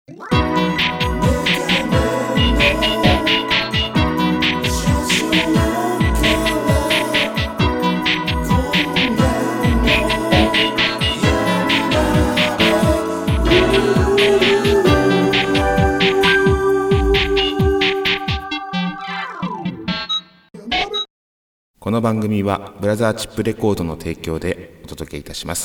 この番組はブラザーチップレコードの提供でお届けいたします。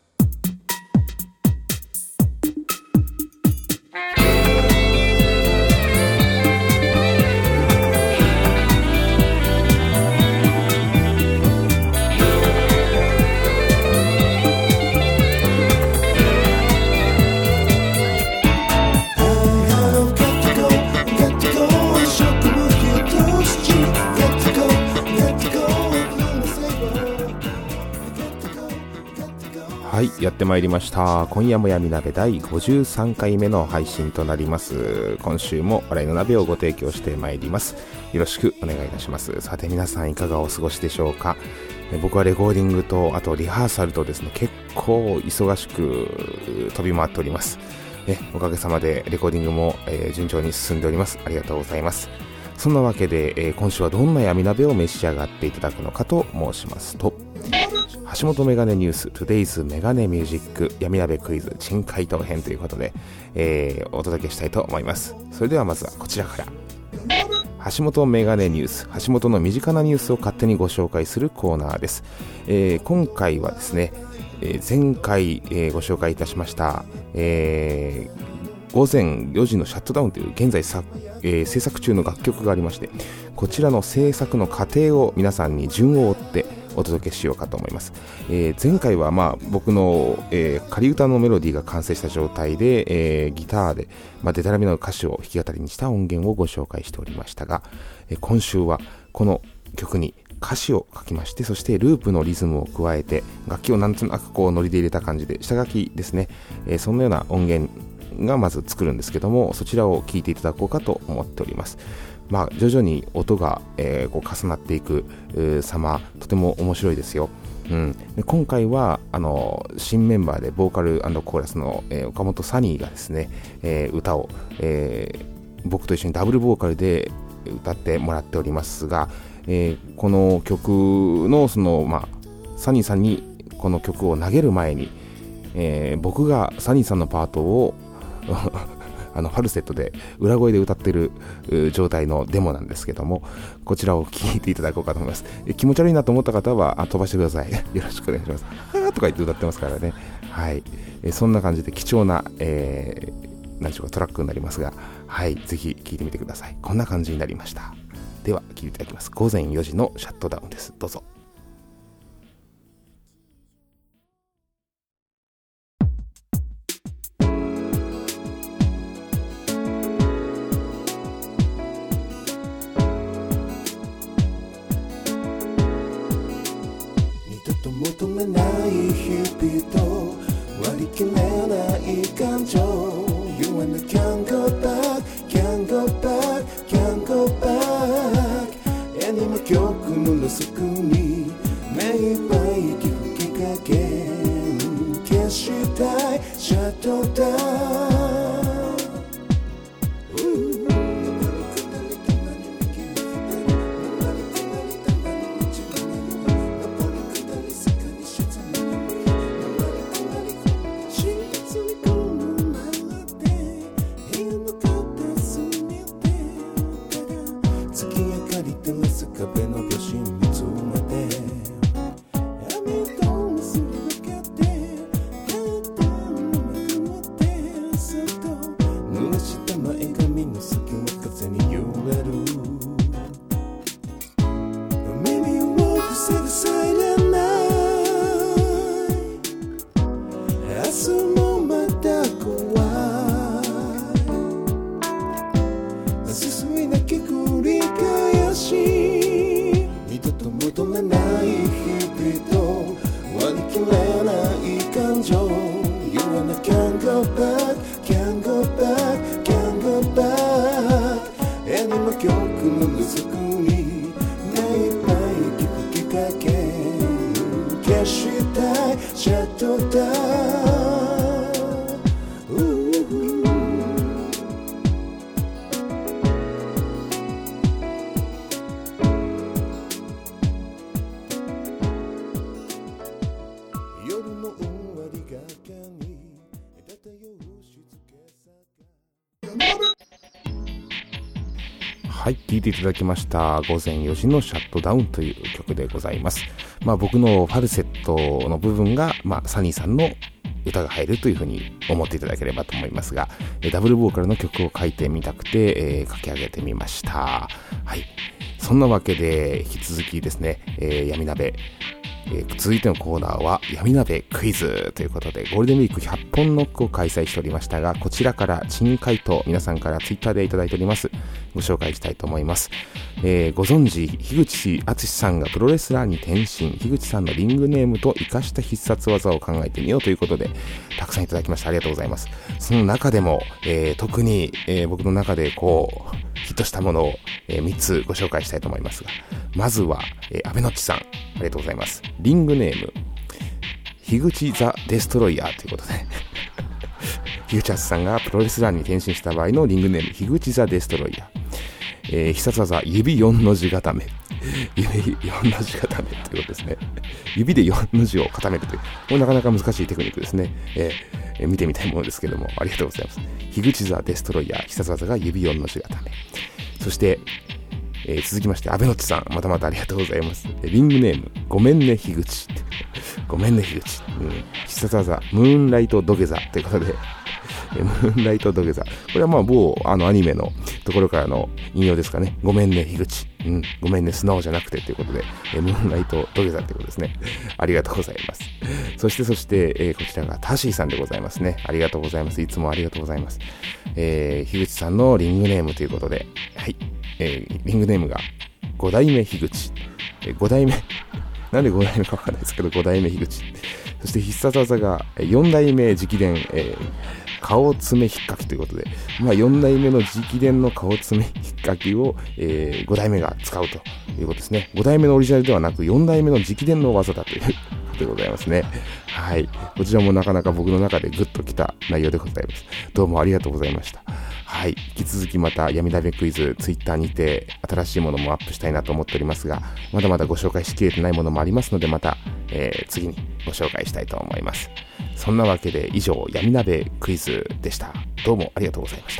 はい、やってまいりました。今夜も闇鍋第53回目の配信となります。今週も笑いの鍋をご提供してまいります。よろしくお願いいたします。さて皆さんいかがお過ごしでしょうか。僕はレコーディングとあとリハーサルとですね、結構忙しく飛び回っております。おかげさまでレコーディングも、順調に進んでおります。ありがとうございます。そんなわけで、今週はどんな闇鍋を召し上がっていただくのかと申しますと、橋本メガネニュース Today's メガネミュージック闇鍋クイズ珍回答編ということで、お届けしたいと思います。それではまずはこちらから。橋本メガネニュース、橋本の身近なニュースを勝手にご紹介するコーナーです。今回はですね、前回、ご紹介いたしました、午前4時のシャットダウンという現在制作中の楽曲がありまして、こちらの制作の過程を皆さんに順を追ってお届けしようかと思います。前回は僕の、仮歌のメロディーが完成した状態で、ギターで、デタラメの歌詞を弾き語りにした音源をご紹介しておりましたが、今週はこの曲に歌詞を書きまして、そしてループのリズムを加えて楽器をなんとなくこうノリで入れた感じで下書きですね、そんなような音源がまず作るんですけども、そちらを聴いていただこうかと思っております。徐々に音が、こう重なっていく様、とても面白いですよ。で今回は新メンバーでボーカル&コーラスの、岡本サニーがですね、歌を、僕と一緒にダブルボーカルで歌ってもらっておりますが、この曲のサニーさんにこの曲を投げる前に、僕がサニーさんのパートをファルセットで裏声で歌ってる状態のデモなんですけども、こちらを聴いていただこうかと思います。気持ち悪いなと思った方は飛ばしてください。よろしくお願いします。とか言って歌ってますからね。はい、そんな感じで貴重な、何でしょうか、トラックになりますが、はい、ぜひ聴いてみてください。こんな感じになりました。では聴いていただきます。午前4時のシャットダウンです。どうぞ。 求めない日々割り切れない感情 You and I can't go back, can't go back, can't go back 絵にも曲のろそくに目いっぱい息吹きかけ消したいシャットダウンはい、聴いていただきました午前4時のシャットダウンという曲でございます。僕のファルセットの部分が、サニーさんの歌が入るというふうに思っていただければと思いますが、ダブルボーカルの曲を書いてみたくて、書き上げてみました。はい、そんなわけで引き続きですね、闇鍋、続いてのコーナーは闇鍋クイズということで、ゴールデンウィーク100本ノックを開催しておりましたが、こちらから珍回答、皆さんからツイッターでいただいております。ご紹介したいと思います。ご存知、樋口敦さんがプロレスラーに転身、樋口さんのリングネームと活かした必殺技を考えてみようということで、たくさんいただきました。ありがとうございます。その中でも、特に、僕の中でヒットしたものを、3つご紹介したいと思いますが、まずは、安倍のっちさん、ありがとうございます。リングネーム、樋口ザ・デストロイヤーということで樋口敦さんがプロレスラーに転身した場合のリングネーム、樋口ザ・デストロイヤー、必殺技、指4の字固め指4の字固めということですね。指で4の字を固めるという、これなかなか難しいテクニックですね。見てみたいものですけども、ありがとうございます。樋口ザ・デストロイヤー、必殺技が指4の字固め。そして、続きまして、安倍のっちさん、またまたありがとうございます。リングネーム、ごめんね樋口ごめんね樋口、必殺技、ムーンライト土下座ということで、ムーンライト土下座、これは某アニメのところからの引用ですかね。ごめんね樋口、ごめんね素直じゃなくてということで、ムーンライト土下座ということですね。ありがとうございます。そして、こちらがタシーさんでございますね。ありがとうございます。いつもありがとうございます。樋口さんのリングネームということで、はい、リングネームが5代目樋口、5代目なんで5代目かわかんないですけど、5代目樋口。そして必殺技が4代目直伝、顔爪引っかきということで、4代目の直伝の顔爪引っかきを、5代目が使うということですね。5代目のオリジナルではなく4代目の直伝の技だということでございますね。はい。こちらもなかなか僕の中でグッときた内容でございます。どうもありがとうございました。はい。引き続きまた闇鍋クイズ、ツイッターにて新しいものもアップしたいなと思っておりますが、まだまだご紹介しきれてないものもありますので、また、次にご紹介したいと思います。そんなわけで以上、闇鍋クイズでした。どうもありがとうございました。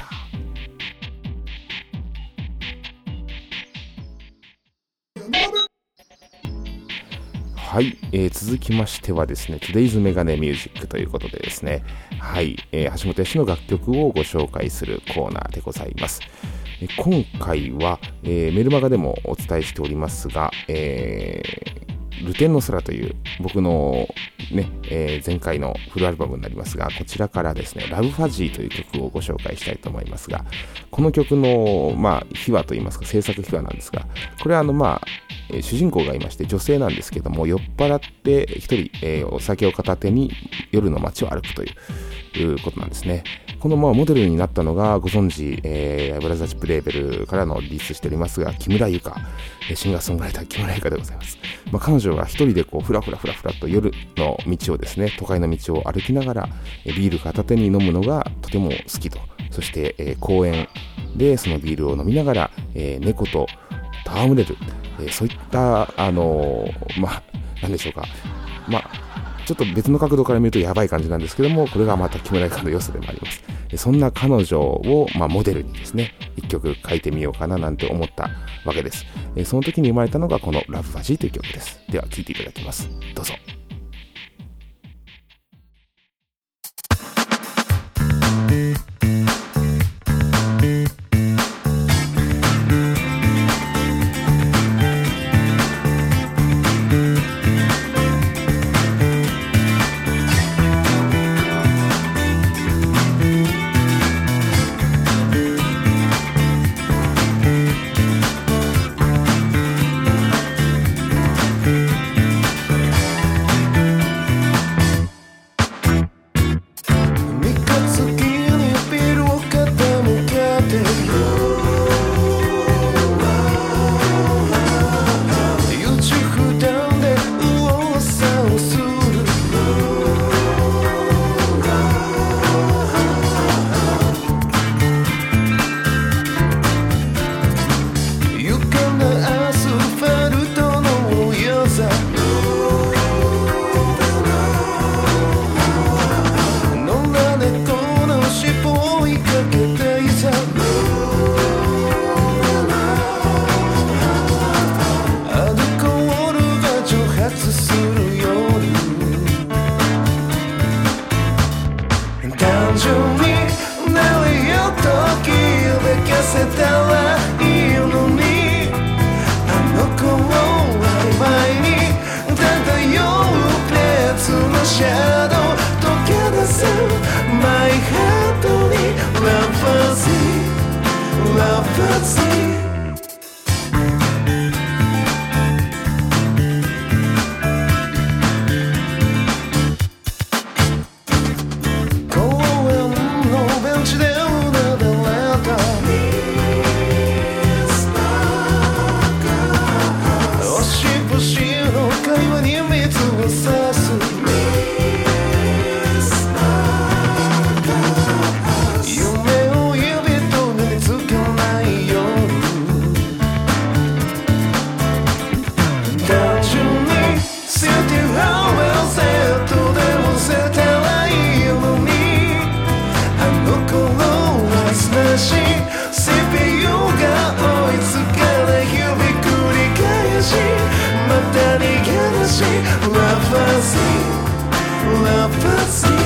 はい、続きましてはですね、Today's メガネミュージックということでですね、はい、橋本康の楽曲をご紹介するコーナーでございます。今回は、メルマガでもお伝えしておりますが、ルテンの空という僕のね、前回のフルアルバムになりますが、こちらからですね、ラブファジーという曲をご紹介したいと思いますが、この曲の秘話といいますか、制作秘話なんですが、これは主人公がいまして女性なんですけども、酔っ払って一人、お酒を片手に夜の街を歩くということなんですね。このモデルになったのがご存知、ブラザーチップレーベルからのリリースしておりますが、木村ゆか、シンガーソングライター木村ゆかでございます。彼女が一人でふらふらと夜の道をですね、都会の道を歩きながらビール片手に飲むのがとても好きと。そして、公園でそのビールを飲みながら、猫と戯れる、そういったなんでしょうか、ちょっと別の角度から見るとやばい感じなんですけども、これがまた木村ゆかの良さでもあります。そんな彼女を、モデルにですね、一曲書いてみようかななんて思ったわけです。その時に生まれたのがこのラブファジーという曲です。では聴いていただきます。どうぞ。 せたらいいのに、あの子を曖昧に漂う列のシャドウ溶け出すマイハートに Loversy CPU が追いつかない日々繰り返し、また逃げ出し Loversy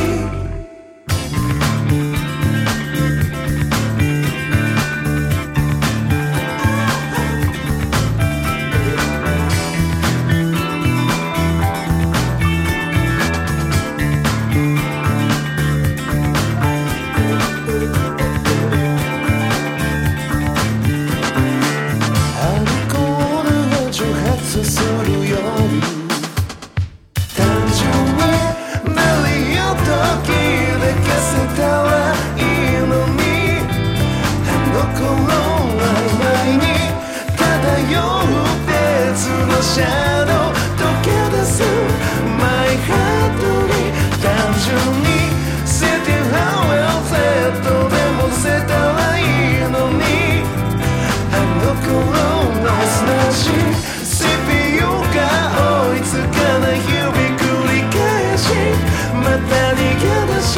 シャドウ溶け出すマイハートに単純に City Hall Z でもせたらいいのに、あの頃の砂地 CPU が追いつかない日々繰り返し、また逃げ出し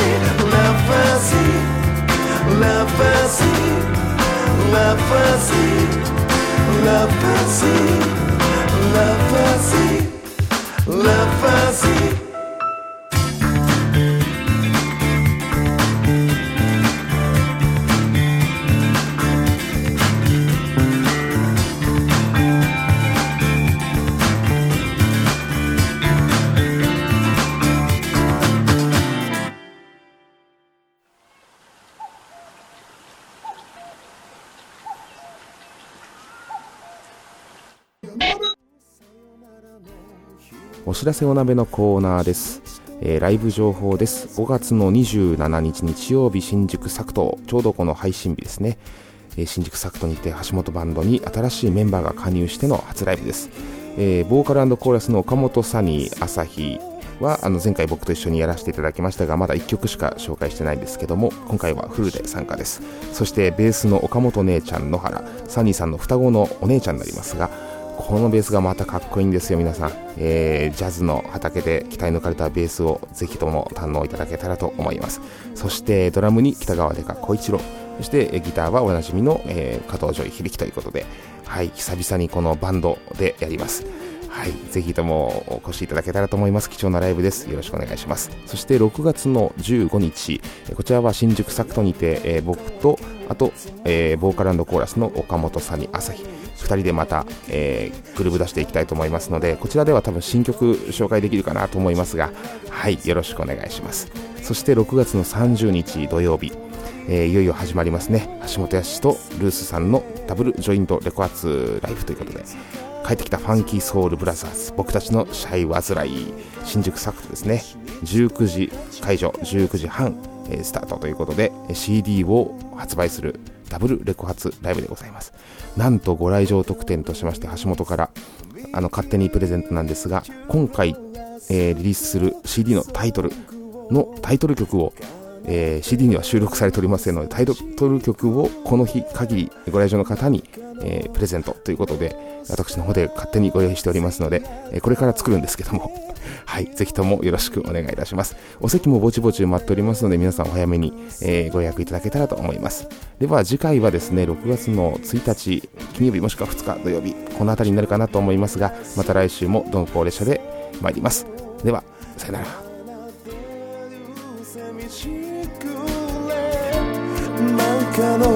Loversy お知らせお鍋のコーナーです。ライブ情報です。5月の27日日曜日、新宿サクト、ちょうどこの配信日ですね。新宿サクトにて橋本バンドに新しいメンバーが加入しての初ライブです。ボーカル&コーラスの岡本サニー朝日は前回僕と一緒にやらせていただきましたが、まだ1曲しか紹介してないんですけども、今回はフルで参加です。そしてベースの岡本姉ちゃん野原、サニーさんの双子のお姉ちゃんになりますが、このベースがまたかっこいいんですよ。皆さん、ジャズの畑で鍛え抜かれたベースをぜひとも堪能いただけたらと思います。そしてドラムに北川デカ小一郎、そしてギターはおなじみの、加藤ジョイ響ということで、はい、久々にこのバンドでやります。はい、ぜひともお越しいただけたらと思います。貴重なライブです。よろしくお願いします。そして6月の15日、こちらは新宿サクトにて、僕とあと、ボーカル&コーラスの岡本さんに朝日2人でまた、グルーブ出していきたいと思いますので、こちらでは多分新曲紹介できるかなと思いますが、はい、よろしくお願いします。そして6月の30日土曜日、いよいよ始まりますね。橋本康とルースさんのダブルジョイントレコ発ライブということで、帰ってきたファンキーソウルブラザーズ、僕たちのシャイわずらい、新宿サクトですね。19時会場、19時半、スタートということで CD を発売するダブルレコ発ライブでございます。なんとご来場特典としまして、橋本から勝手にプレゼントなんですが、今回、リリースする CD のタイトル曲を、CD には収録されておりませんので、タイトル曲をこの日限りご来場の方に、プレゼントということで、私の方で勝手にご用意しておりますので、これから作るんですけどもはい、ぜひともよろしくお願いいたします。お席もぼちぼち埋まっておりますので、皆さんお早めに、ご予約いただけたらと思います。では次回はですね、6月の1日金曜日もしくは2日土曜日、このあたりになるかなと思いますが、また来週も鈍行列車で参ります。ではさよなら。 なんかの